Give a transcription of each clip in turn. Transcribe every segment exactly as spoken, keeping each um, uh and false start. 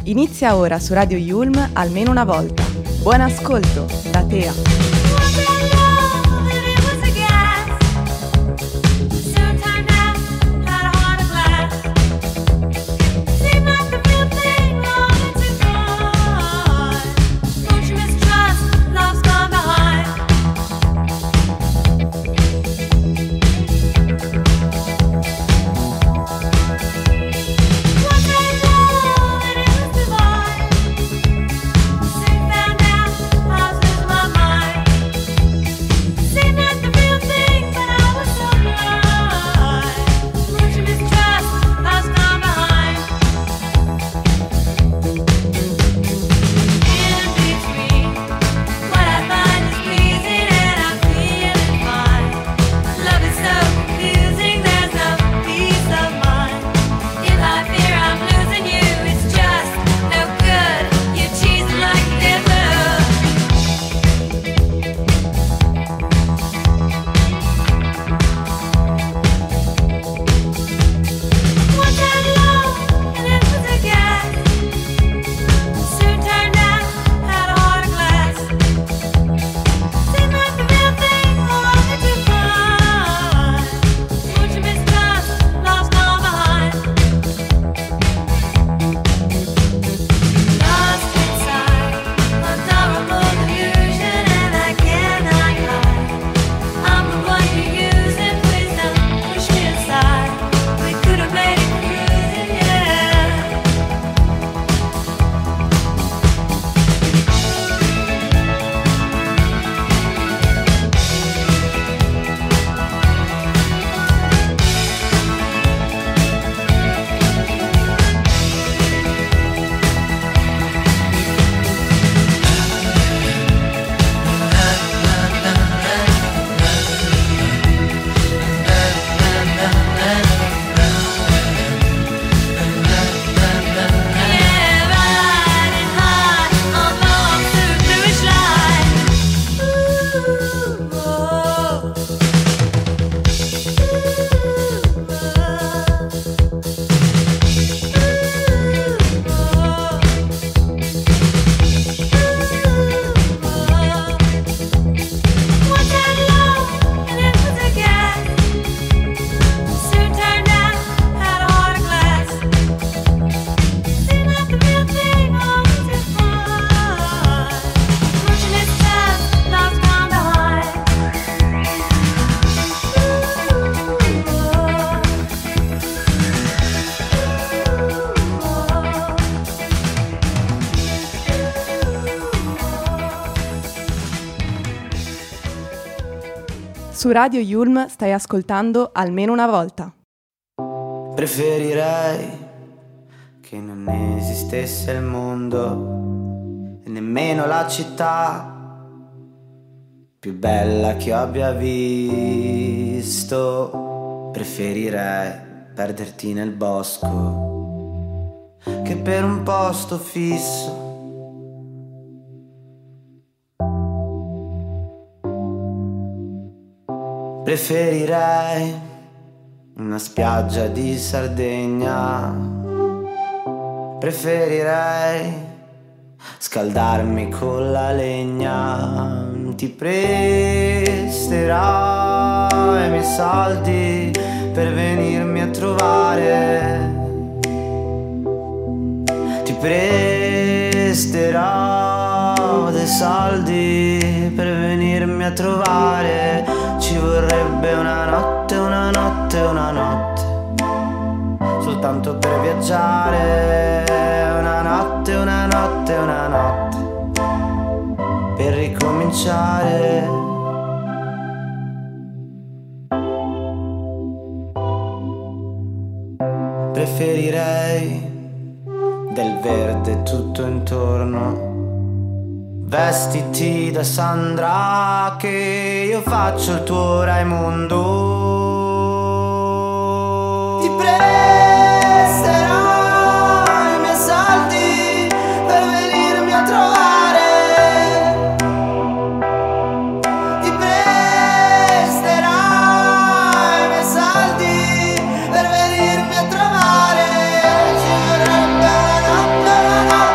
Inizia ora su Radio Yulm Almeno una volta. Buon ascolto da Tea. Su Radio Yulm stai ascoltando Almeno una volta. Preferirei che non esistesse il mondo e nemmeno la città più bella che io abbia visto. Preferirei perderti nel bosco che per un posto fisso. Preferirei una spiaggia di Sardegna. Preferirei scaldarmi con la legna. Ti presterò i miei soldi per venirmi a trovare. Ti presterò dei soldi per venirmi a trovare. Ci vorrebbe una notte, una notte, una notte soltanto per viaggiare. Una notte, una notte, una notte per ricominciare. Preferirei del verde tutto intorno. Vestiti da Sandra che io faccio il tuo Raimondo. Ti presterò i miei soldi per venirmi a trovare. Ti presterò i miei soldi per venirmi a trovare. Ci vorrebbe una notte, una notte.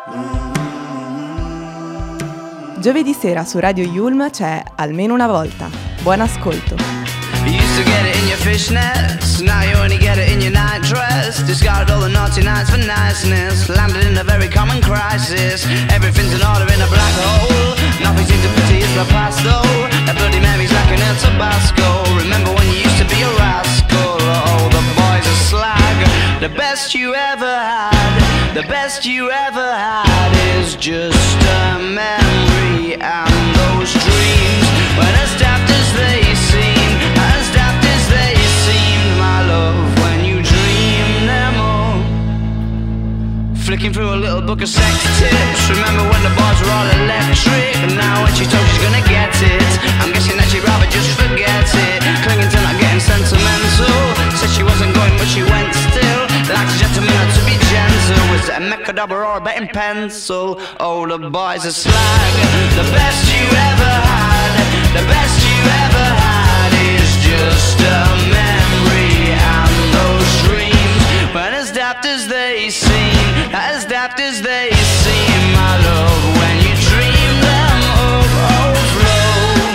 Giovedì sera su Radio Yulm c'è Almeno una volta. Buon ascolto. You used to get it in your fishnets, now you only get it in your night dress. Discarded all the naughty nights for niceness, landed in a very common crisis. Everything's in order in a black hole, nothing seems to pity is the past though. That bloody memory's like an El Tabasco. Remember when you used to be a rascal? Oh, the boys are slag. The best you ever had, the best you ever had is just a memory. And those dreams, when as daft as they seem, as daft as they seemed, my love, when you dream them all. Flicking through a little book of sex tips, remember when the bars were all electric. And now when she told she's gonna get it, I'm guessing that she'd rather just forget it. Clinging to not getting sentimental, said she wasn't going but she went still. Like a gentleman had to be gentle. Was it a Mechadabra or a betting pencil? Oh, the boys are slag. The best you ever had, the best you ever had is just a memory. And those dreams, when as daft as they seem, as daft as they seem, my love, when you dream them of overflow.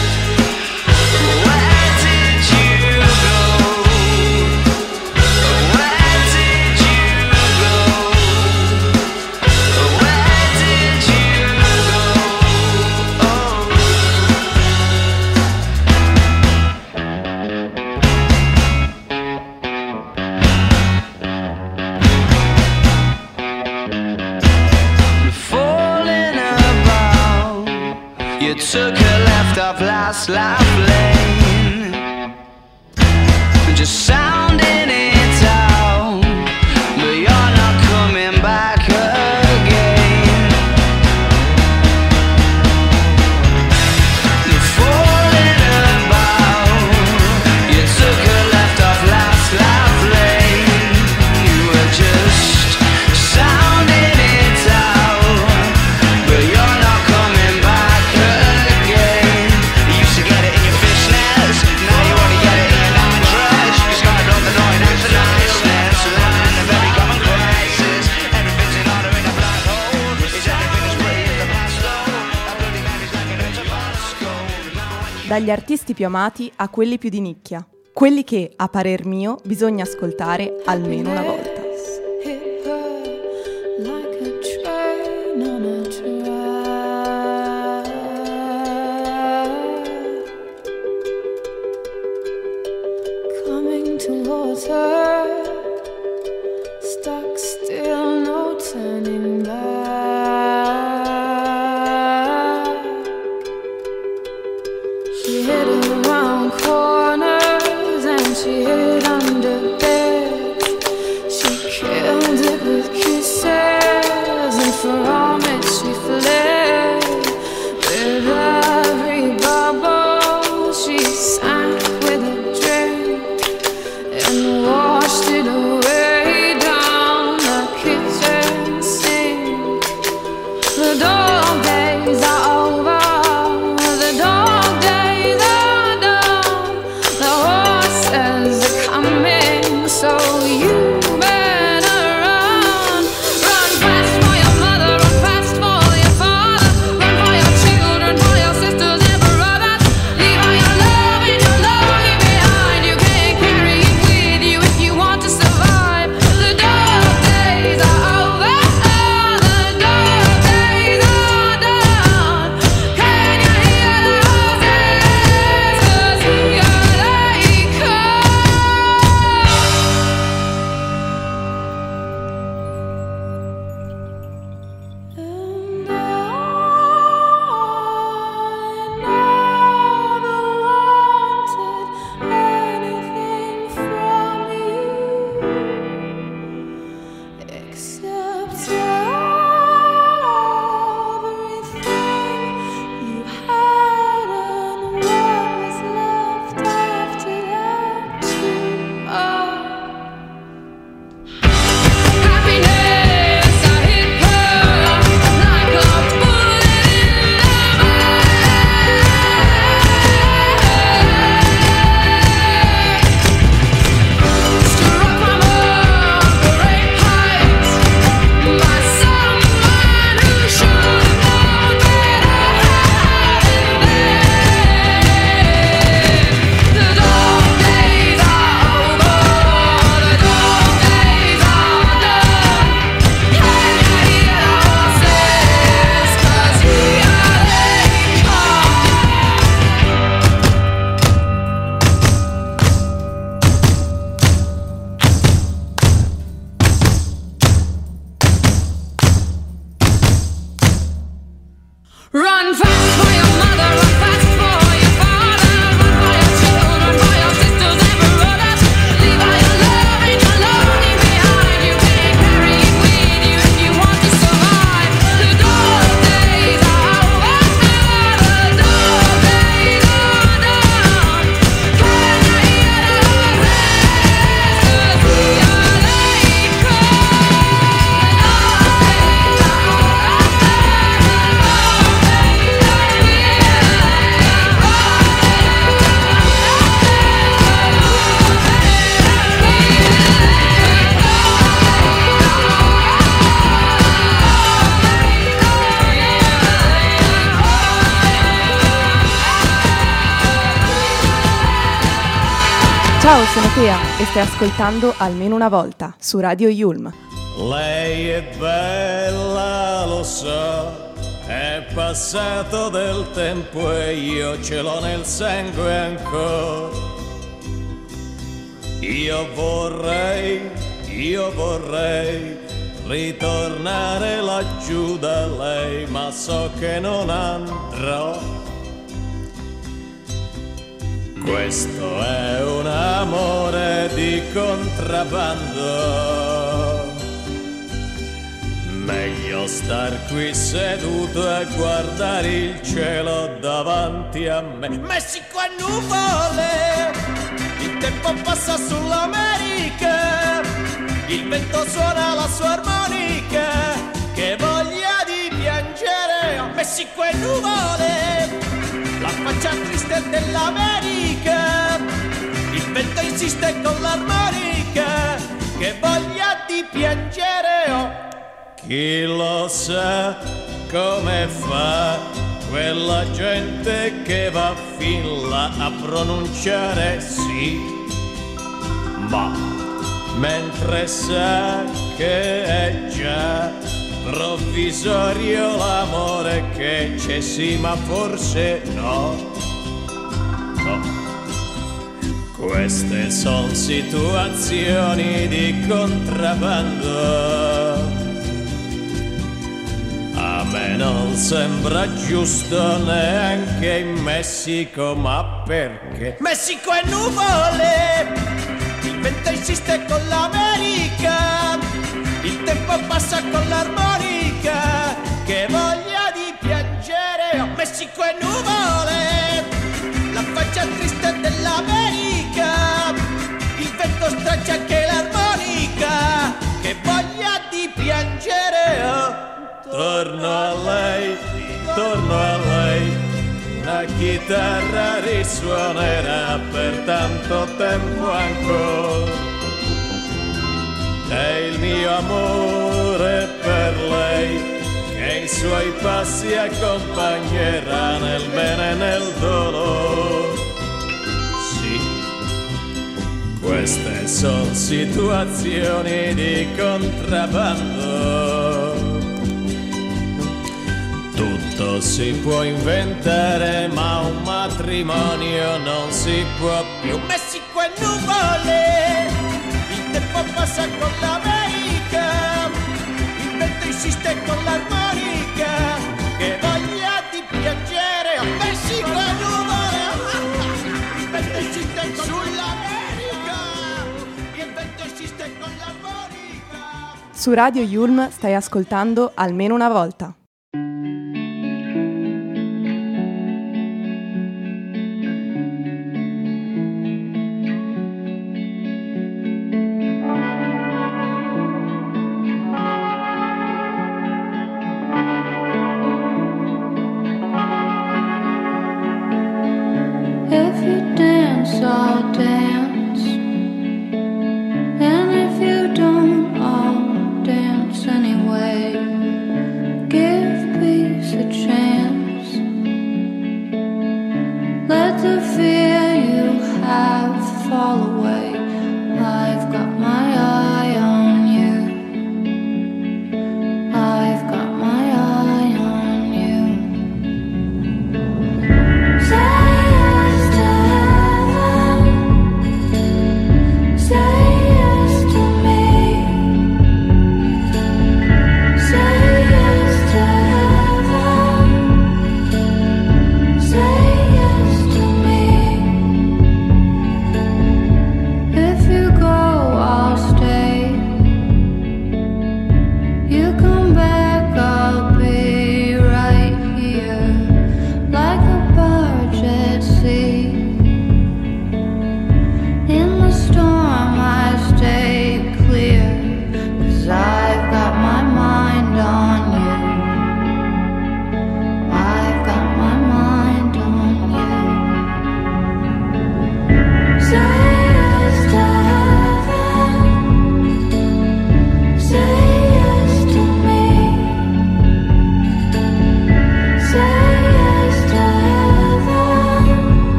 Where did you go? Where did you go? Where did you go? Oh. Falling about, you took a left off last life lane, just sounding it out, but you're not coming back again. Falling about, you took a left off last life lane, you were just sounding it out, but you're not coming back again. You used to get it in your fishnets, now you only get it in your night dress. You started on the night after niceness, landing in a very common crisis. Everything's in order in a black hole. Is everything as pretty as the past though? That bloody memory's like an El Tabasco. Remember when you Dagli artisti più amati a quelli più di nicchia. Quelli che, a parer mio, bisogna ascoltare almeno una volta. Hit her like a train on a track, coming towards her, stuck still, no turning back. She hid around corners and she hid under beds. She killed it with kisses, and from it she fled. With every bubble she sank with a drink and washed it away down the kitchen sink. The dog days are over, the dog days are done. The horses are coming, so you better run. Run fast for your mother, run fast for your father, run for your children, for your sisters and brothers. Leave all your love and your longing behind. You can't carry it with you if you want to survive. The dog days are over, the dog days are Run fast for your mother, run fast for your father, run for your children, for your sisters and brothers. Leave all your love and your lonely behind. You can't carry it with you if you want to survive. The dog days are over, the dog days are done. Can I hear the restless violin cry? Ciao, sono Tea e stai ascoltando Almeno una volta su Radio Yulm. Lei è bella, lo so, è passato del tempo e io ce l'ho nel sangue ancora. Io vorrei, io vorrei ritornare laggiù da lei, ma so che non andrò. Questo è un amore di contrabbando. Meglio star qui seduto e guardare il cielo davanti a me. Messico e nuvole, il tempo passa sull'America, il vento suona la sua armonica, che voglia di piangere. Oh, Messico e nuvole, la faccia triste dell'America, il vento insiste con l'armonica, che voglia di piangere. Oh, chi lo sa come fa quella gente che va fin là a pronunciare sì, ma mentre sa che è già provvisorio l'amore che c'è, sì, ma forse no, no. Queste son situazioni di contrabbando. A me non sembra giusto neanche in Messico, ma perché? Messico è nuvole, il vento insiste con l'America, il tempo passa con l'armonica, che voglia di piangere. Oh, Messico è nuvole, la faccia triste dell'America, il vento straccia anche l'armonica, che voglia di piangere. Oh, torno a lei, torno a lei, una chitarra risuonerà per tanto tempo ancora. È il mio amore per lei, che i suoi passi accompagnerà nel bene e nel dolore. Sì, queste sono situazioni di contrabbando. Tutto si può inventare, ma un matrimonio non si può più. Messico e nuvole, il tempo passa con l'America, il vento insiste con l'armonica, che voglia di piangere. Oh, Messico e nuvole, il vento insiste con l'America, il vento insiste con l'armonica. Su Radio Yulm stai ascoltando Almeno una volta. If you dance, I'll dance. And if you don't, I'll dance anyway. Give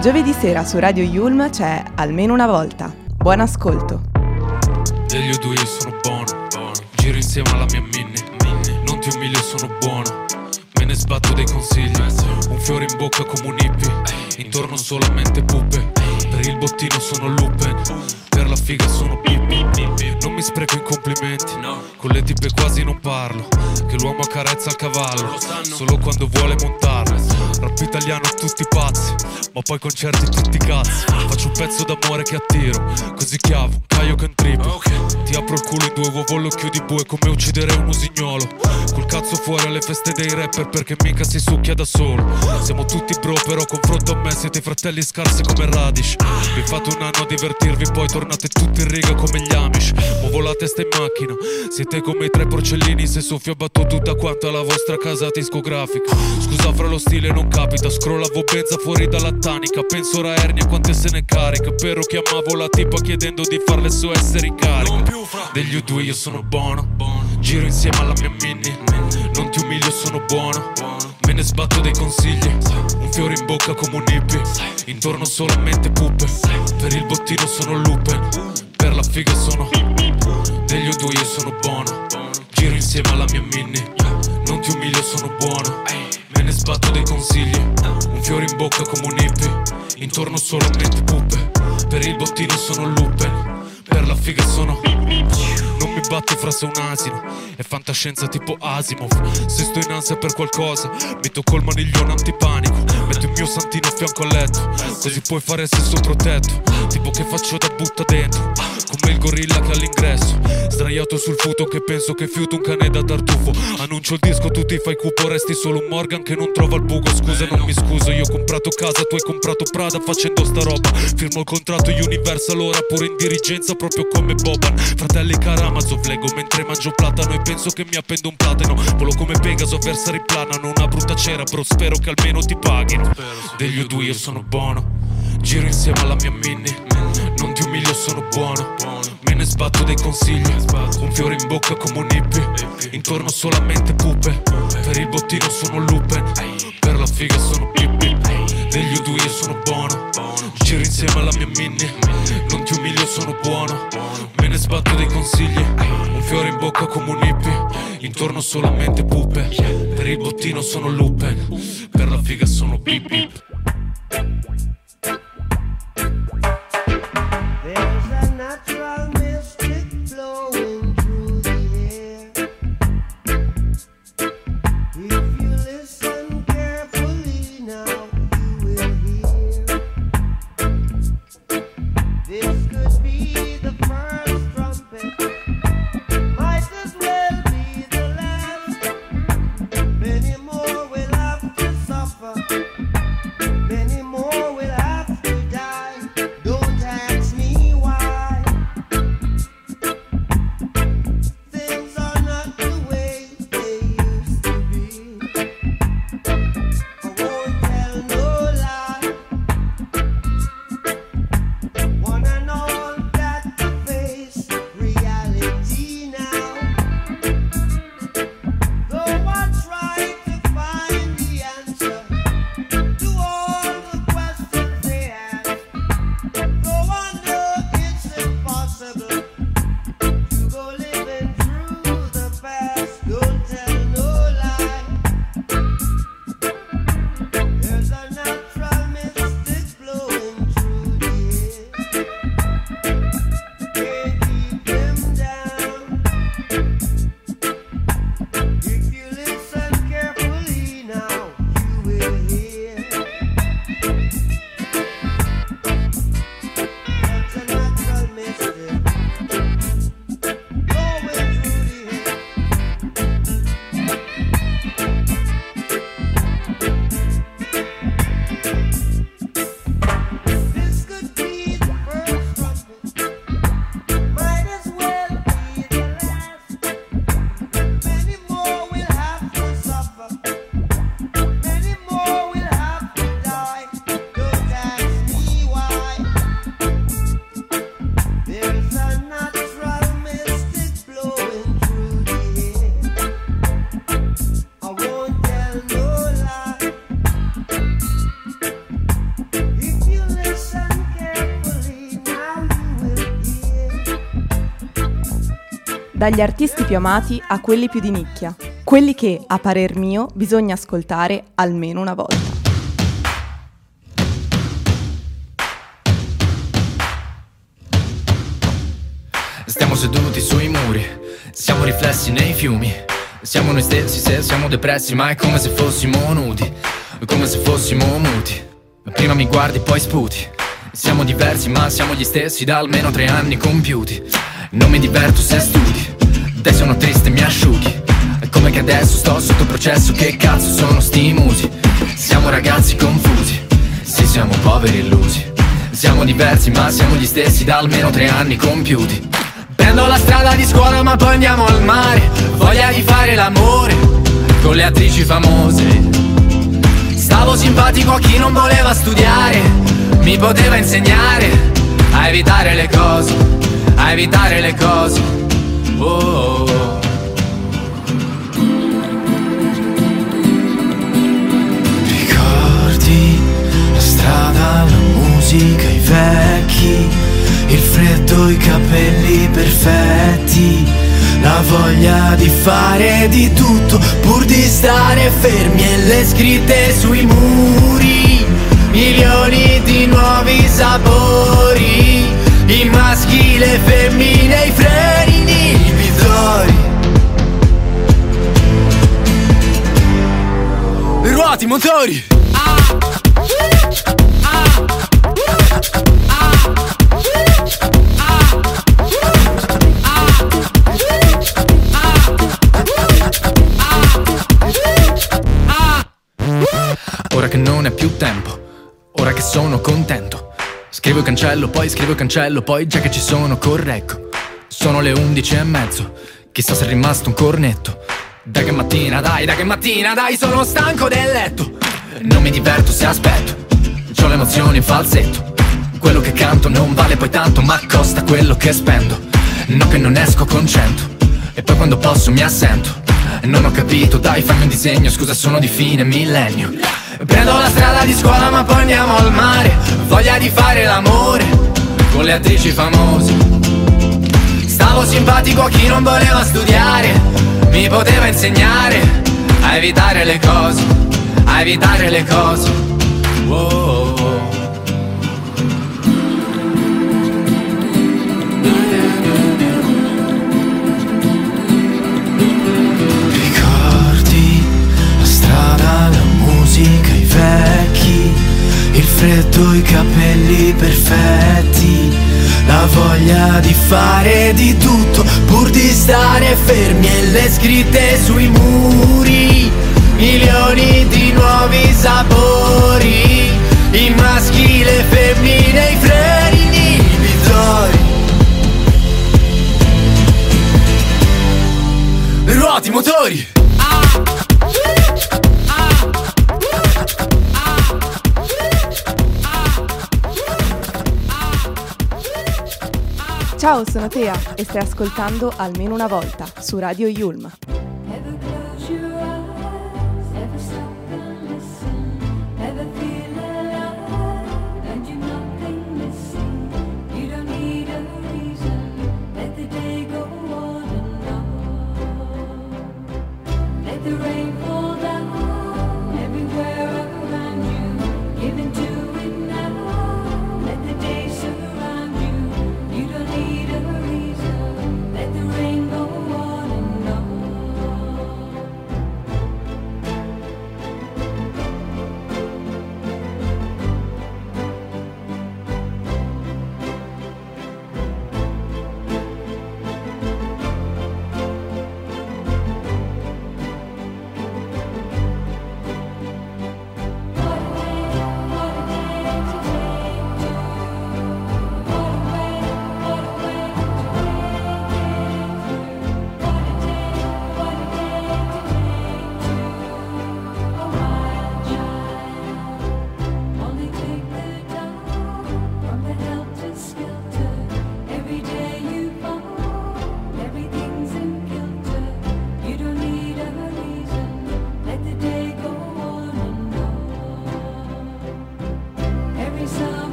Giovedì sera su Radio Yulm c'è Almeno una volta. Buon ascolto. Degli U due io sono buono, buono. Giro insieme alla mia Minnie, Minnie. Non ti umilio, sono buono. Me ne sbatto dei consigli. Un fiore in bocca come un hippie. Intorno solamente puppe. Per il bottino sono Lupin. Per la figa sono Pippi. Non mi spreco in complimenti. Con le tipe quasi non parlo. Che l'uomo accarezza il cavallo solo quando vuole montarlo. Rap italiano tutti pazzi, ma poi concerti tutti cazzi. Faccio un pezzo d'amore che attiro, così chiavo, caio che intripo. Ti apro il culo in due, uovo lo chiudi bue come uccidere un usignolo. Col cazzo fuori alle feste dei rapper perché mica si succhia da solo. Siamo tutti bro però confronto a me siete fratelli scarsi come Radish. Vi fate un anno a divertirvi poi tornate tutti in riga come gli Amish. Muovo la testa in macchina, siete come i tre porcellini. Se soffio abbatto tutta quanta la vostra casa discografica. Scusa fra lo stile non capita, scrollavo benza fuori dalla tanica. Penso ora ernia quante se ne carica. Però chiamavo la tipa chiedendo di farle su essere in carica. Degli U due io sono buono, giro insieme alla mia Minnie. Non ti umilio sono buono, me ne sbatto dei consigli. Un fiore in bocca come un hippie. Intorno solamente puppe. Per il bottino sono Lupin. Per la figa sono degli U due io sono buono. Giro insieme alla mia Minnie. Non ti umilio sono buono. Me ne sbatto dei consigli. Un fiore in bocca come un hippie. Intorno solamente puppe. Per il bottino sono Lupin. Per la figa sono non mi batto fra se un asino. È fantascienza tipo Asimov. Se sto in ansia per qualcosa mi tocco il maniglione antipanico. Metto il mio santino a fianco al letto, così puoi fare sesso protetto. Tipo che faccio da butta dentro, come il gorilla che all'ingresso. Sdraiato sul futon che penso che fiuto un cane da tartufo. Annuncio il disco, tu ti fai cupo, resti solo un Morgan che non trova il buco. Scusa non mi scuso, io ho comprato casa, tu hai comprato Prada facendo sta roba. Firmo il contratto Universal ora pure in dirigenza proprio come Boban. Fratelli Karamazov, leggo mentre mangio platano e penso che mi appendo un platano. Volo come Pegaso, avversari planano. Una brutta cera bro, spero che almeno ti paghino. Degli U due io sono buono, giro insieme alla mia Minnie. Non ti umilio sono buono, me ne sbatto dei consigli. Un fiore in bocca come un hippie. Intorno solamente puppe. Per il bottino sono Lupin. Per la figa sono Pippi. Degli U due io sono buono, giro insieme alla mia Minnie. Non ti umilio sono buono, me ne sbatto dei consigli. Un fiore in bocca come un hippie. Intorno solamente puppe. Per il bottino sono Lupin. Per la figa sono Pip Pip. Many more will have to suffer. Dagli artisti più amati a quelli più di nicchia. Quelli che, a parer mio, bisogna ascoltare almeno una volta. Stiamo seduti sui muri, siamo riflessi nei fiumi. Siamo noi stessi se siamo depressi, ma è come se fossimo nudi, come se fossimo muti. Prima mi guardi, poi sputi. Siamo diversi, ma siamo gli stessi da almeno tre anni compiuti. Non mi diverto se studi, dai sono triste mi asciughi. È come che adesso sto sotto processo, che cazzo sono sti musi? Siamo ragazzi confusi, sì siamo poveri illusi. Siamo diversi, ma siamo gli stessi da almeno tre anni compiuti. Prendo la strada di scuola ma poi andiamo al mare. Voglia di fare l'amore con le attrici famose. Stavo simpatico a chi non voleva studiare, mi poteva insegnare a evitare le cose, a evitare le cose. Oh, oh, oh. Ricordi la strada, la musica, i vecchi, il freddo, i capelli perfetti, la voglia di fare di tutto pur di stare fermi e le scritte sui muri, milioni di nuovi sapori, i maschi, le femmine, i freni inibitori, ruoti, motori. Ah, ah, ah. Ora che non è più tempo, ora che sono contento, scrivo e cancello, poi scrivo e cancello, poi già che ci sono correggo. Sono le undici e mezzo, chissà se è rimasto un cornetto. Dai che mattina, dai, dai che mattina, dai, sono stanco del letto. Non mi diverto se aspetto, c'ho le emozioni in falsetto. Quello che canto non vale poi tanto, ma costa quello che spendo. No che non esco con cento, e poi quando posso mi assento. Non ho capito, dai fammi un disegno, scusa sono di fine millennio. Prendo la strada di scuola ma poi andiamo al mare. Voglia di fare l'amore con le attrici famose. Stavo simpatico a chi non voleva studiare, mi poteva insegnare a evitare le cose, a evitare le cose. Oh, oh, oh. I vecchi, il freddo, i capelli perfetti, la voglia di fare di tutto pur di stare fermi e le scritte sui muri, milioni di nuovi sapori, i maschi, le femmine, i freni inibitori, ruoti, motori. Ah! Ciao, sono Tea e stai ascoltando Almeno una volta su Radio Yulm.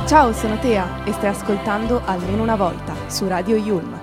Ciao, sono Tea e stai ascoltando Almeno una volta su Radio Yulm.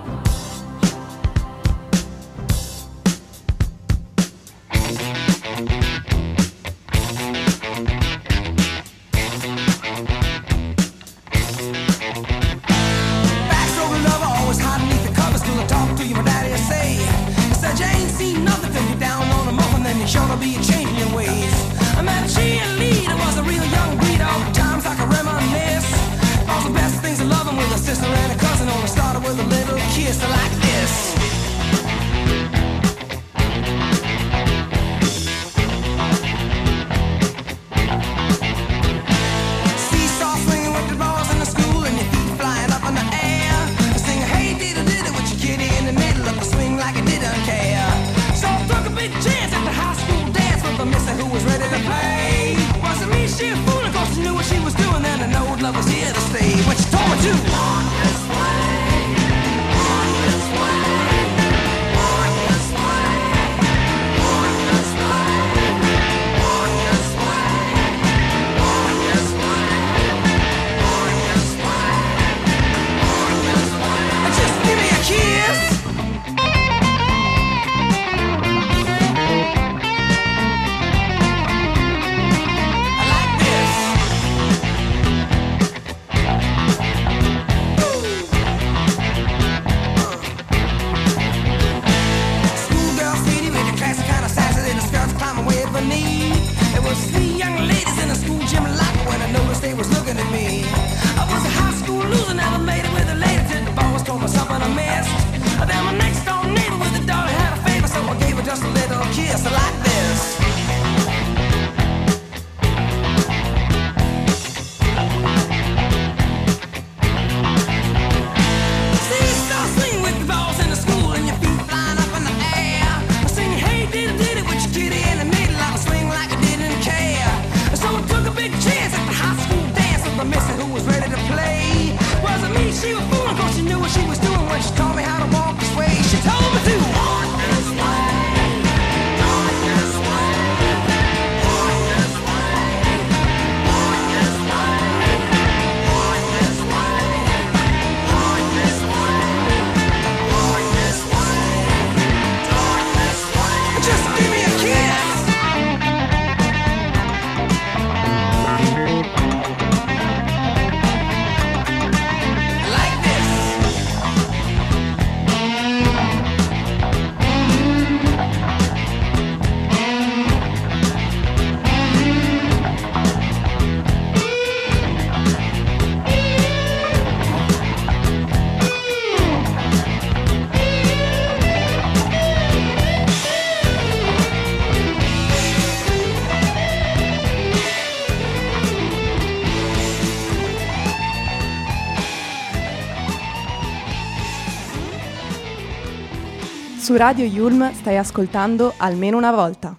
Su Radio Yulm stai ascoltando Almeno una volta.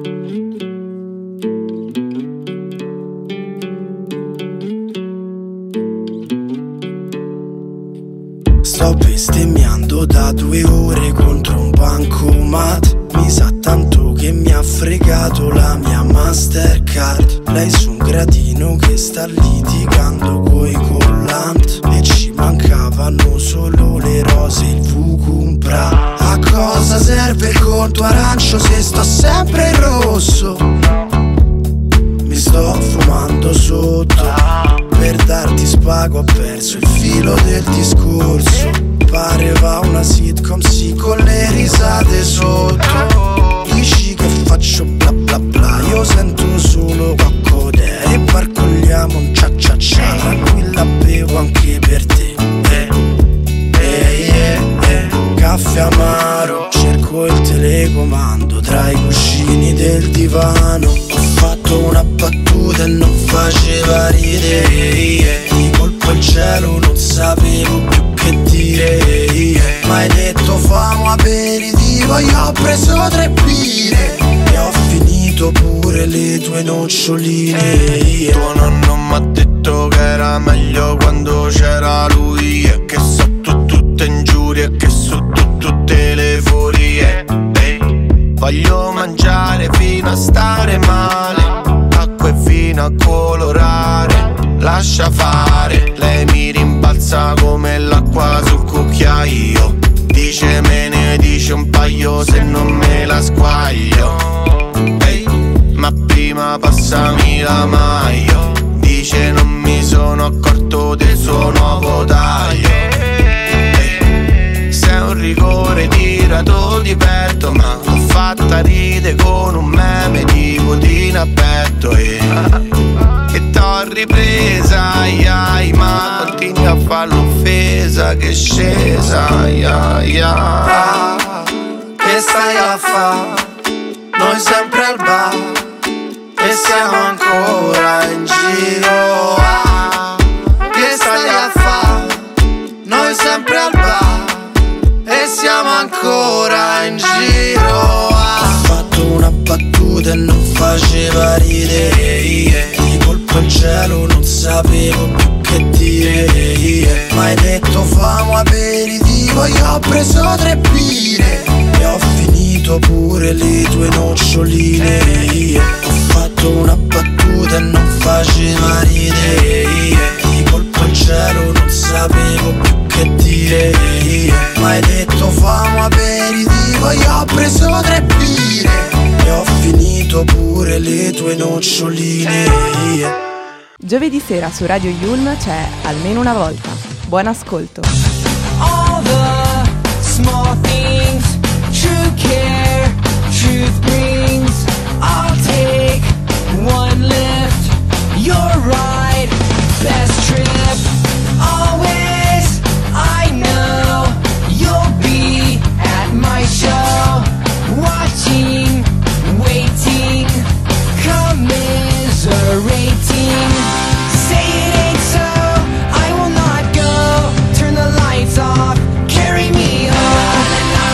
Sto bestemmiando da due ore contro un bancomat. Mi sa tanto che mi ha fregato la mia Mastercard. Lei su un gradino che sta litigando coi collant. E ci mancavano solo le rose e il Vucumpra. A cosa serve il conto arancio se sto sempre in rosso? Mi sto fumando sotto. Per darti spago ho perso il filo del discorso. Pareva una sitcom, sì, con le risate sotto. Dici che faccio bla bla bla, io sento solo coccodè. E barcogliamo un cia cia cia, tranquilla bevo anche per te. Eh, eh, eh, eh. Caffè amaro, cerco il telecomando tra i cuscini del divano. Ho fatto una battuta e non faceva ridere. Di colpo il cielo non sapevo più che dire. Ma hai detto famo aperitivo, io ho preso tre birre e ho finito pure le tue noccioline. Tuo nonno m'ha detto che era meglio quando c'era lui. E che so tu tutte ingiurie, che su tu tutte le furie. Ehi, voglio mangiare fino a stare male, acqua e vino a colorare lascia fare. Lei mi rimbalza come l'acqua sul cucchiaio. Dice me ne dice un paio se non me la squaglio. Ehi, ma prima passami la maglia. Dice non mi sono accorto del suo nuovo taglio. Ehi, sei un rigore tirato di petto, ma l'ho fatta ride con un meme tipo Tina petto. E che t'ho ripresa, ai ai, ma continui a fare l'offesa che è scesa, ai ai ai. Che stai a fa'? Noi sempre al bar e siamo ancora in giro. Ah, che stai a fa'? Noi sempre al bar e siamo ancora in giro. Ah. Ho fatto una battuta e non faceva ridere, yeah. Di colpo al cielo non sapevo più che dire, yeah. Ma hai detto famo aperitivo, io ho preso tre birre e ho finito pure le tue noccioline, yeah. Ho fatto una battuta e non faceva ridere, yeah. Di colpo al cielo non sapevo più che dire, yeah. Ma hai detto famo aperitivo, io ho preso tre birre e ho finito pure le tue noccioline, yeah. Giovedì sera su Radio Yulm c'è Almeno una volta. Buon ascolto. All the small things, true care, truth brings. I'll take one lift, you're right, best trip. Always, I know you'll be at my show, watching, waiting, commiserating. Say it ain't so, I will not go. Turn the lights off, carry me home.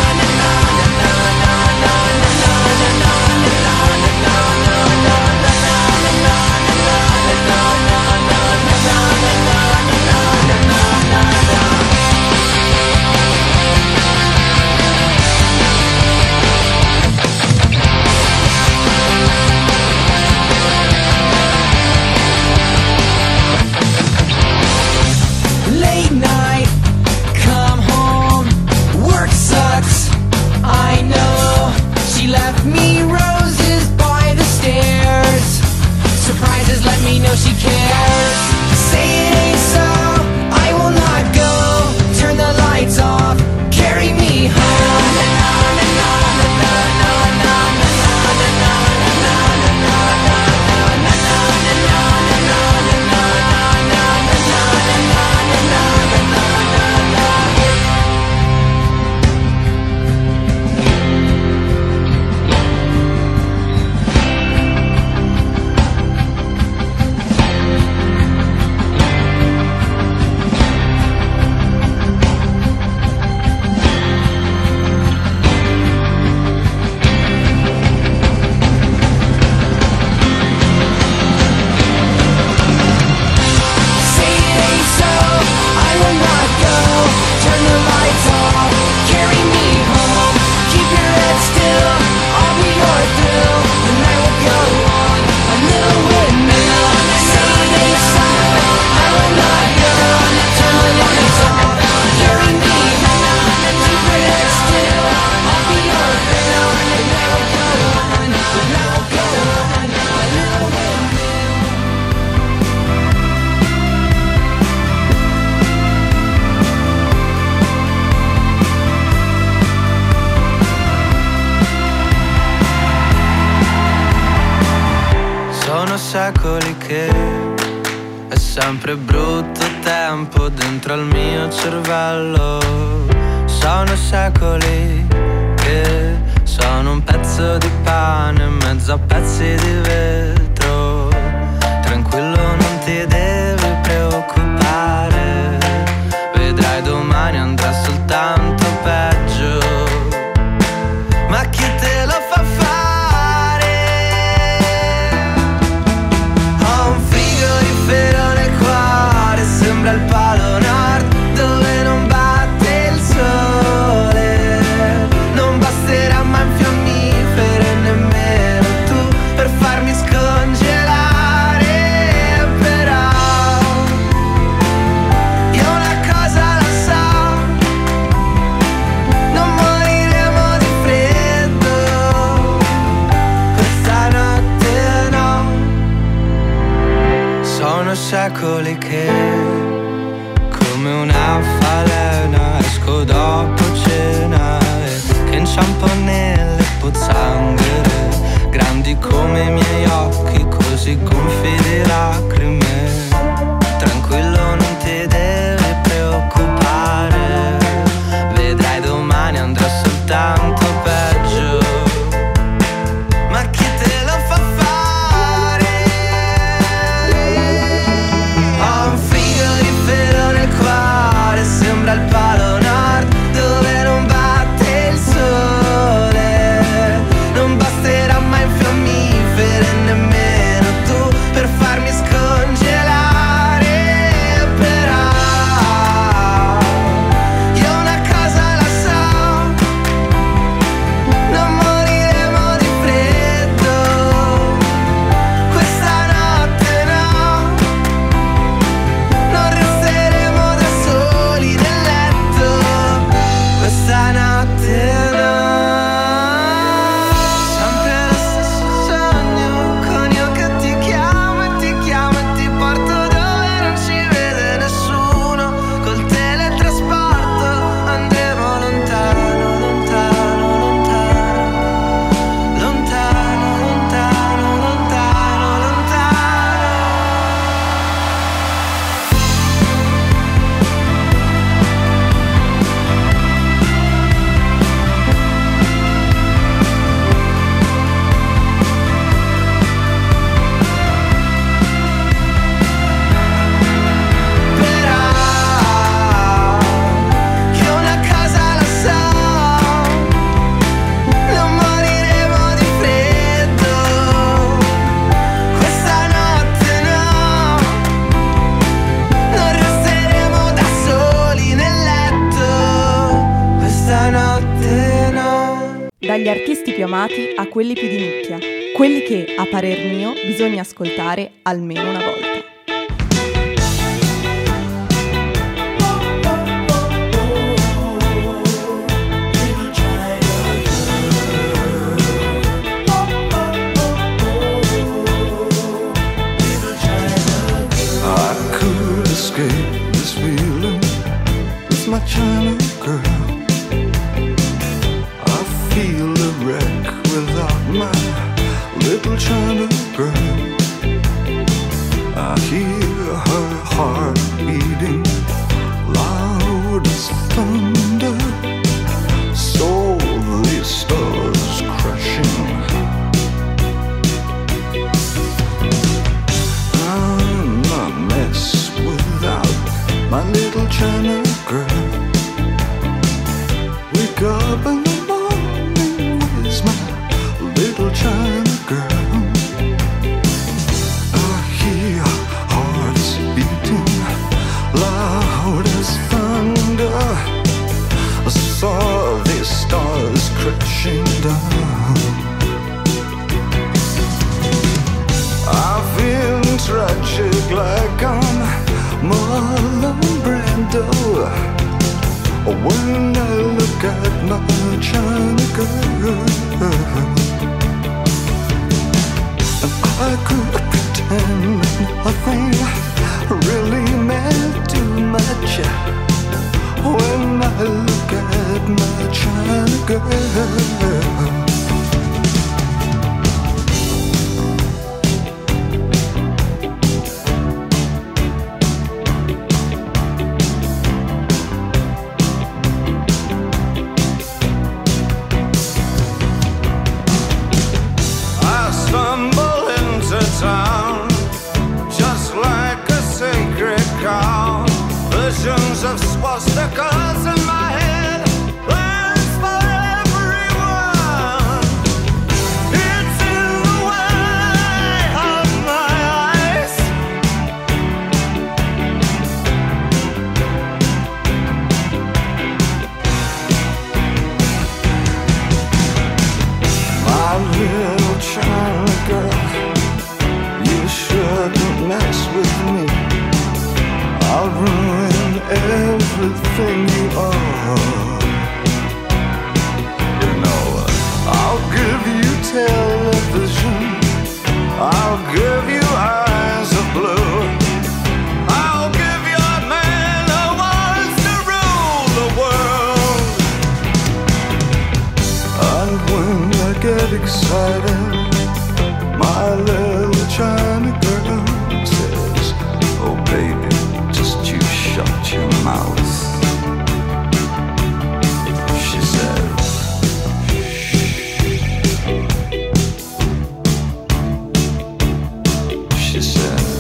Late night, come home, work sucks, I know. She left me roses by the stairs. Surprises let me know she cares. Say it ain't so, I will not go. Turn the lights off, carry me home. Secoli che è sempre brutto tempo dentro al mio cervello. Sono secoli che sono un pezzo di pane in mezzo a pezzi di vetro. Tranquillo, non ti devi preoccupare, vedrai domani andrà soltanto peggio. Ma chi te lo fa fare? Nel cuore sembra il polo nord dove non batte il sole. Non basterà mai un fiammifero e nemmeno tu per farmi scorrere. secoli che come un'alfalena esco dopo cena e che inciampo nelle pozzanghere grandi come i miei occhi così gonfi di lacrime. Tranquillo, non ti devi preoccupare, vedrai domani andrà soltanto peggio. Ma chi te lo fa fare? Ho un frigorifero nel cuore, sembra il Polo Nord dove non batte il sole. Non basterà mai un fiammifero e nemmeno tu per farmi scongelare. Però io una cosa la so, non moriremo di freddo questa notte, no. Non resteremo da soli nel letto questa notte, no. Sempre lo stesso sogno, con io che ti chiamo e ti chiamo e ti porto dove non ci vede nessuno. Col teletrasporto andremo lontano, lontano, lontano. Lontano, lontano, lontano, lontano. Però io una cosa la so, non moriremo di freddo questa notte, no. Non resteremo da soli nel letto questa notte, no. Dagli artisti più amati a quelli più di nicchia, quelli che, a parer mio, bisogna ascoltare almeno una volta. I could escape this feeling with my China girl. I feel a wreck without my little China girl. I hear her heart beating loud as thunder, so the stars crashing. I'm a mess without my little China girl. Wake up in the morning with my little China girl. I hear hearts beating loud as thunder. I saw the stars crashing down. I feel tragic like I'm Marlon Brando when I look at my China girl. And I could pretend nothing really meant too much when I look at my China girl. Of swastikas in my head, plans for everyone. get excited. My little China girl says, oh baby, just you shut your mouth. She says, she says,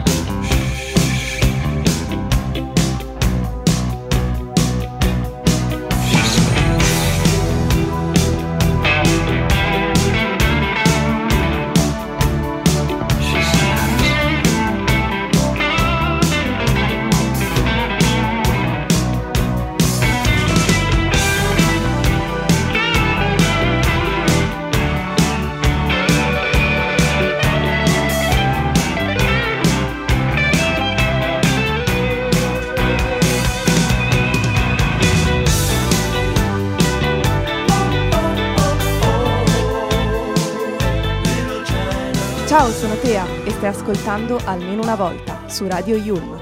Ciao, sono Tea e stai ascoltando Almeno una volta su Radio Yulm.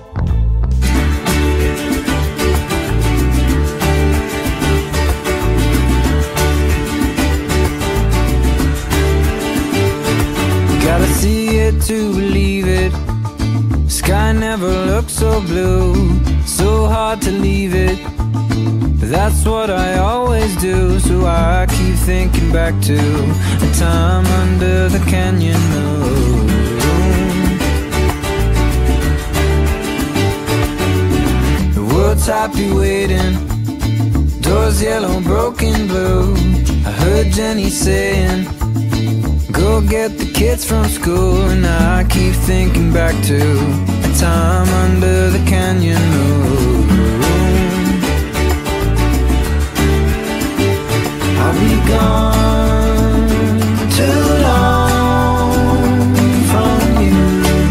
Gotta see it to believe it. Sky never looked so blue, so hard to leave it. But that's what I always do, so I keep thinking back to a time under the canyon moon. The world's happy waiting, doors yellow, broken blue. I heard Jenny saying, go get the kids from school. And I keep thinking back to a time under the canyon moon. I'll be gone too long from you.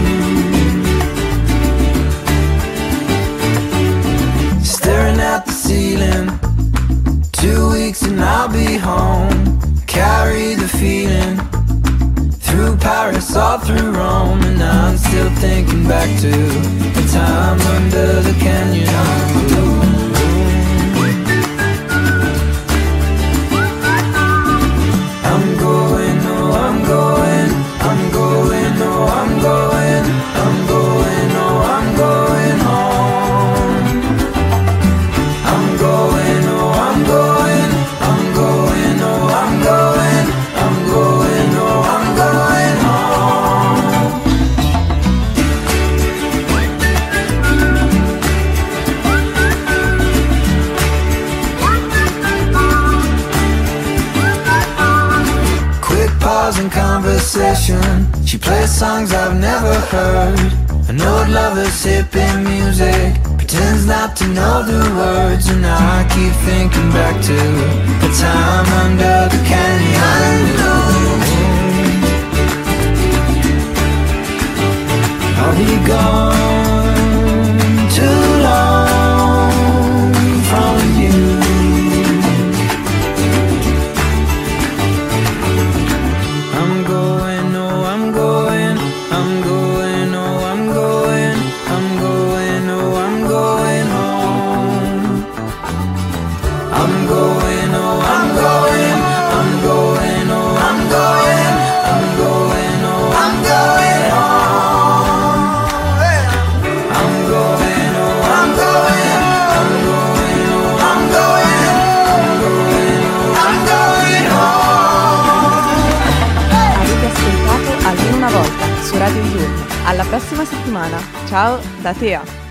Staring at the ceiling, two weeks and I'll be home. Carry the feeling through Paris, all through Rome. And I'm still thinking back to the time under the canyon moon. I'm going, oh I'm going, I'm going, oh I'm going, I'm going, oh I'm going home. I'm going, oh I'm going, I'm going, oh I'm going, I'm going, oh I'm going home. Quick pause in conversation. She plays songs I've never heard. An old lover's hippie music, pretends not to know the words. And I keep thinking back to the time under the canyon moon. I'll be gone too long from you. I'm going, oh I'm going, I'm going, oh I'm going, I'm going, oh I'm going home. I'm going, oh I'm going, I'm going, oh I'm going, I'm going, oh I'm going home. I'm going, oh I'm going, I'm going, oh I'm going, I'm going, oh I'm going home. Avete ascoltato Almeno una volta su Radio Yulm. Alla prossima settimana. Ciao da Tea.